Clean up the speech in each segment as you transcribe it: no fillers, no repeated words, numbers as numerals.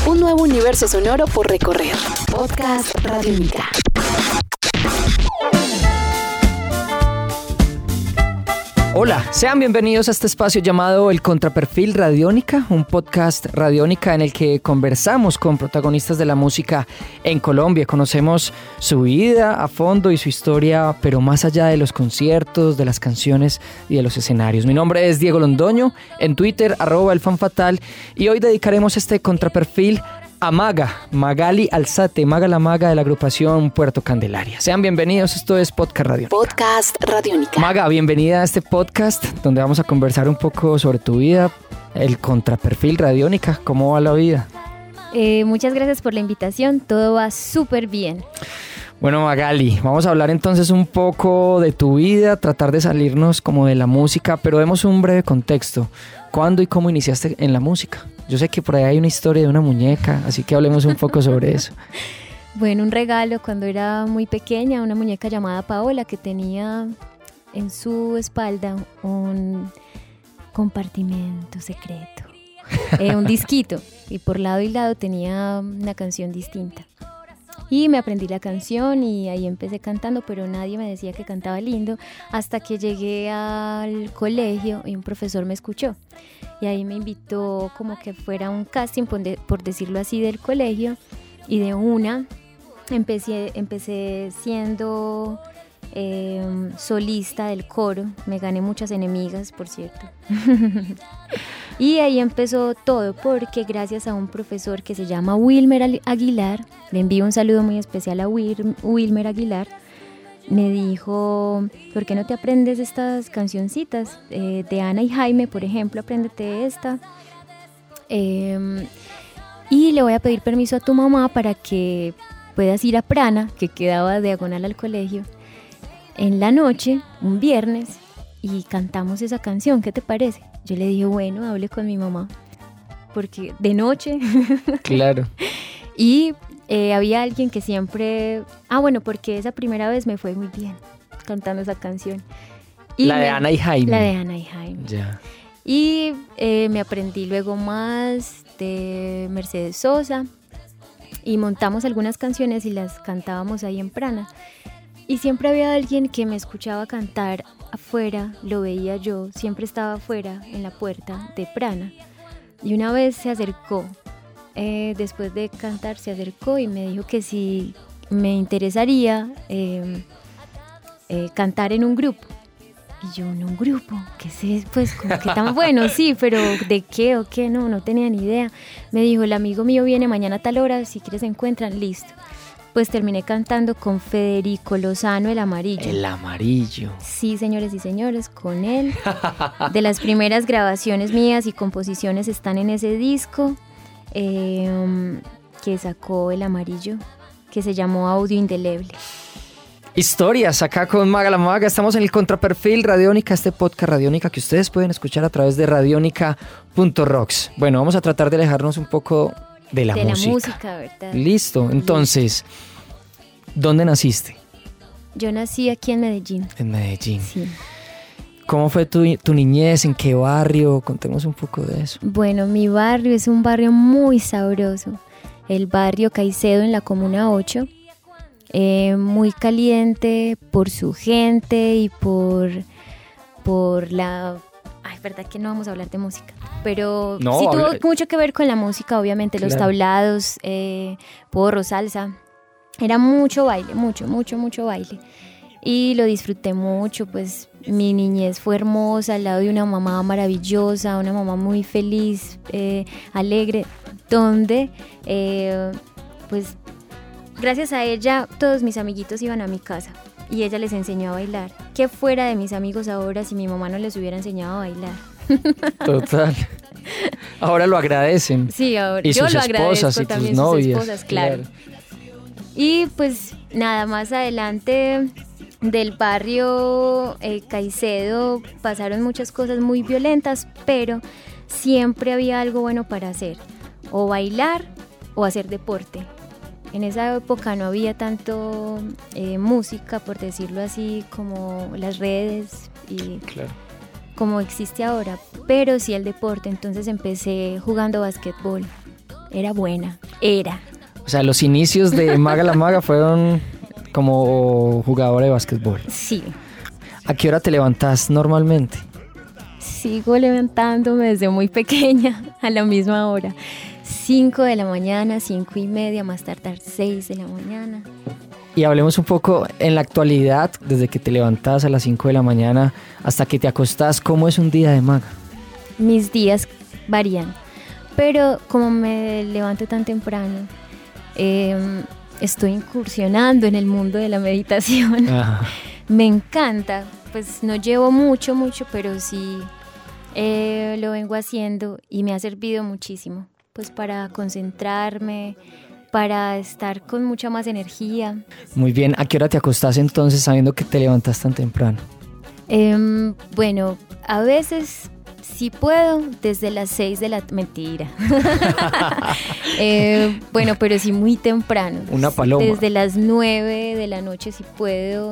Un nuevo universo sonoro por recorrer. Podcast Radiónica. Hola, sean bienvenidos a este espacio llamado El Contraperfil Radiónica, un podcast radiónica en el que conversamos con protagonistas de la música en Colombia. Conocemos su vida a fondo y su historia, pero más allá de los conciertos, de las canciones y de los escenarios. Mi nombre es Diego Londoño, en Twitter, @elfanfatal, y hoy dedicaremos este contraperfil a Magali Alzate, Maga la Maga de la agrupación Puerto Candelaria. Sean bienvenidos, esto es Podcast Radiónica. Podcast Radiónica. Maga, bienvenida a este podcast donde vamos a conversar un poco sobre tu vida, el Contraperfil Radiónica. ¿Cómo va la vida? Muchas gracias por la invitación, todo va súper bien. Bueno, Magali, vamos a hablar entonces un poco de tu vida, tratar de salirnos como de la música, pero demos un breve contexto. ¿Cuándo y cómo iniciaste en la música? Yo sé que por ahí hay una historia de una muñeca, así que hablemos un poco sobre eso. Bueno, un regalo cuando era muy pequeña, una muñeca llamada Paola que tenía en su espalda un compartimento secreto, un disquito, y por lado y lado tenía una canción distinta. Y me aprendí la canción y ahí empecé cantando, pero nadie me decía que cantaba lindo hasta que llegué al colegio y un profesor me escuchó. Y ahí me invitó como que fuera un casting, por decirlo así, del colegio. Y de una empecé siendo solista del coro. Me gané muchas enemigas, por cierto. Y ahí empezó todo, porque gracias a un profesor que se llama Wilmer Aguilar, le envío un saludo muy especial a Wilmer Aguilar, me dijo, ¿por qué no te aprendes estas cancioncitas? De Ana y Jaime, por ejemplo, apréndete esta. Y le voy a pedir permiso a tu mamá para que puedas ir a Prana, que quedaba diagonal al colegio, en la noche, un viernes, y cantamos esa canción, ¿qué te parece? Yo le dije, bueno, hable con mi mamá, porque de noche. Claro. Y había alguien que siempre... porque esa primera vez me fue muy bien cantando esa canción. Y de Ana y Jaime. La de Ana y Jaime. Ya. Y me aprendí luego más de Mercedes Sosa y montamos algunas canciones y las cantábamos ahí en Prana. Y siempre había alguien que me escuchaba cantar afuera, lo veía yo, siempre estaba afuera en la puerta de Prana. Y una vez se acercó, después de cantar se acercó y me dijo que si me interesaría cantar en un grupo. Y yo, ¿en un grupo? ¿Qué sé? Pues como que tan bueno, sí, pero ¿de qué o qué? No tenía ni idea. Me dijo, el amigo mío viene mañana a tal hora, si quieres se encuentran, listo. Pues terminé cantando con Federico Lozano, El Amarillo. El Amarillo. Sí, señores y señores, con él. De las primeras grabaciones mías y composiciones están en ese disco que sacó El Amarillo, que se llamó Audio Indeleble. Historias acá con Maga la Maga. Estamos en el Contraperfil Radiónica, este podcast Radiónica que ustedes pueden escuchar a través de radionica.rocks. Bueno, vamos a tratar de alejarnos un poco de la música, ¿verdad? Listo, entonces, ¿dónde naciste? Yo nací aquí en Medellín. En Medellín. Sí. ¿Cómo fue tu niñez? ¿En qué barrio? Contemos un poco de eso. Bueno, mi barrio es un barrio muy sabroso. El barrio Caicedo en la Comuna 8. Muy caliente por su gente y por la... Ay, verdad que no vamos a hablar de música, pero no, sí tuvo mucho que ver con la música, obviamente, claro. Los tablados, porro, salsa, era mucho baile, mucho baile, y lo disfruté mucho. Pues mi niñez fue hermosa al lado de una mamá maravillosa, una mamá muy feliz, alegre, donde pues gracias a ella todos mis amiguitos iban a mi casa. Y ella les enseñó a bailar. ¿Qué fuera de mis amigos ahora si mi mamá no les hubiera enseñado a bailar? Total. Ahora lo agradecen. Sí, ahora y yo sus lo esposas agradezco y también, tus novias. sus esposas, claro. Y pues nada, más adelante del barrio Caicedo pasaron muchas cosas muy violentas, pero siempre había algo bueno para hacer. O bailar o hacer deporte. En esa época no había tanto música, por decirlo así, como las redes y claro, como existe ahora, pero sí el deporte. Entonces empecé jugando básquetbol era buena, era. O sea, los inicios de Maga la Maga fueron como jugadora de básquetbol. Sí. ¿A qué hora te levantas normalmente? Sigo levantándome desde muy pequeña a la misma hora. 5 de la mañana, 5:30, más tardar 6 de la mañana. Y hablemos un poco en la actualidad, desde que te levantas a las 5 de la mañana hasta que te acostás, ¿cómo es un día de maga? Mis días varían, pero como me levanto tan temprano, estoy incursionando en el mundo de la meditación. Ajá. Me encanta, pues no llevo mucho, pero sí lo vengo haciendo y me ha servido muchísimo, pues para concentrarme, para estar con mucha más energía. Muy bien, ¿a qué hora te acostás entonces sabiendo que te levantas tan temprano? Bueno, a veces sí puedo desde las 6 de la... Mentira. Bueno, pero sí muy temprano. Una paloma. Desde las 9 de la noche sí puedo.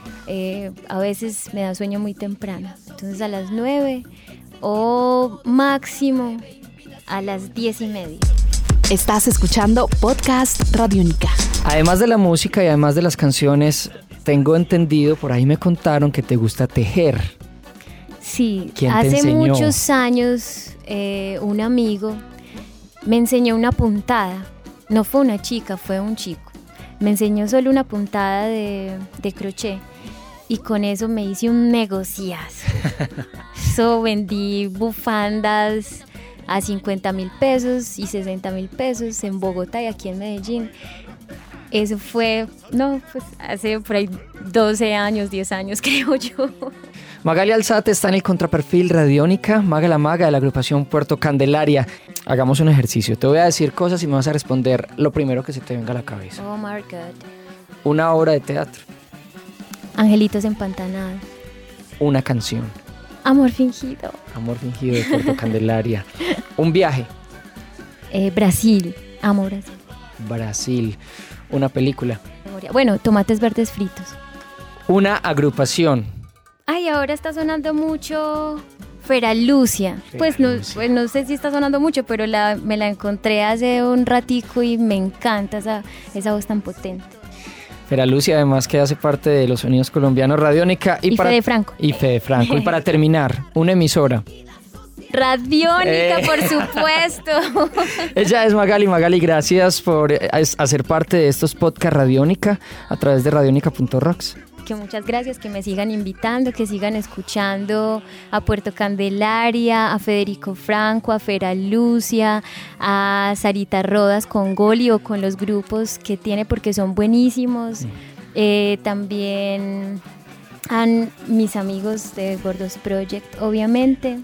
A veces me da sueño muy temprano. Entonces a las 9 o máximo a las 10:30. Estás escuchando Podcast Radiónica. Además de la música y además de las canciones, tengo entendido, por ahí me contaron que te gusta tejer. Sí, ¿Quién te hace enseñó? muchos años un amigo me enseñó una puntada. No fue una chica, fue un chico. Me enseñó solo una puntada de crochet y con eso me hice un negociazo. So, vendí bufandas a 50,000 pesos y 60,000 pesos en Bogotá y aquí en Medellín. Eso fue, pues hace por ahí 12 años, 10 años creo yo. Magali Alzate está en el Contraperfil Radiónica, Maga la Maga de la agrupación Puerto Candelaria. Hagamos un ejercicio, te voy a decir cosas y me vas a responder lo primero que se te venga a la cabeza. Oh my God. Una obra de teatro, Angelitos empantanados. una canción, Amor fingido. Amor fingido de Puerto Candelaria, un viaje, Brasil. Amo Brasil. Brasil, una película, Bueno, tomates verdes fritos. una agrupación. Ay, ahora está sonando mucho Feralucia. Pues no sé si está sonando mucho, pero me la encontré hace un ratico y me encanta esa voz tan potente. Feralucia, además que hace parte de los Sonidos Colombianos Radiónica. Y Fede Franco. Y Fede Franco. Y para terminar, una emisora. Radiónica, por supuesto. Ella es Magali. Magali, gracias por hacer parte de estos podcasts Radiónica a través de radionica.rocks. Que muchas gracias, que me sigan invitando, que sigan escuchando a Puerto Candelaria, a Federico Franco, a Feralucia, a Sarita Rodas con Goli o con los grupos que tiene porque son buenísimos. También a mis amigos de Gordos Project, obviamente.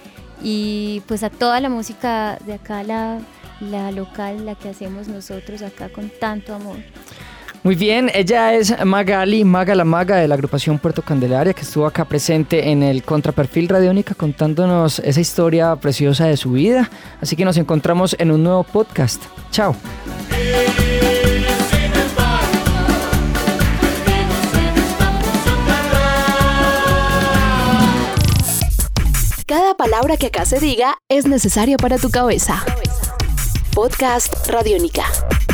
Y pues a toda la música de acá, la local, la que hacemos nosotros acá con tanto amor. Muy bien, ella es Magali, Maga la Maga de la agrupación Puerto Candelaria, que estuvo acá presente en el Contraperfil Radiónica contándonos esa historia preciosa de su vida. Así que nos encontramos en un nuevo podcast. Chao. Cada palabra que acá se diga es necesaria para tu cabeza. Podcast Radiónica.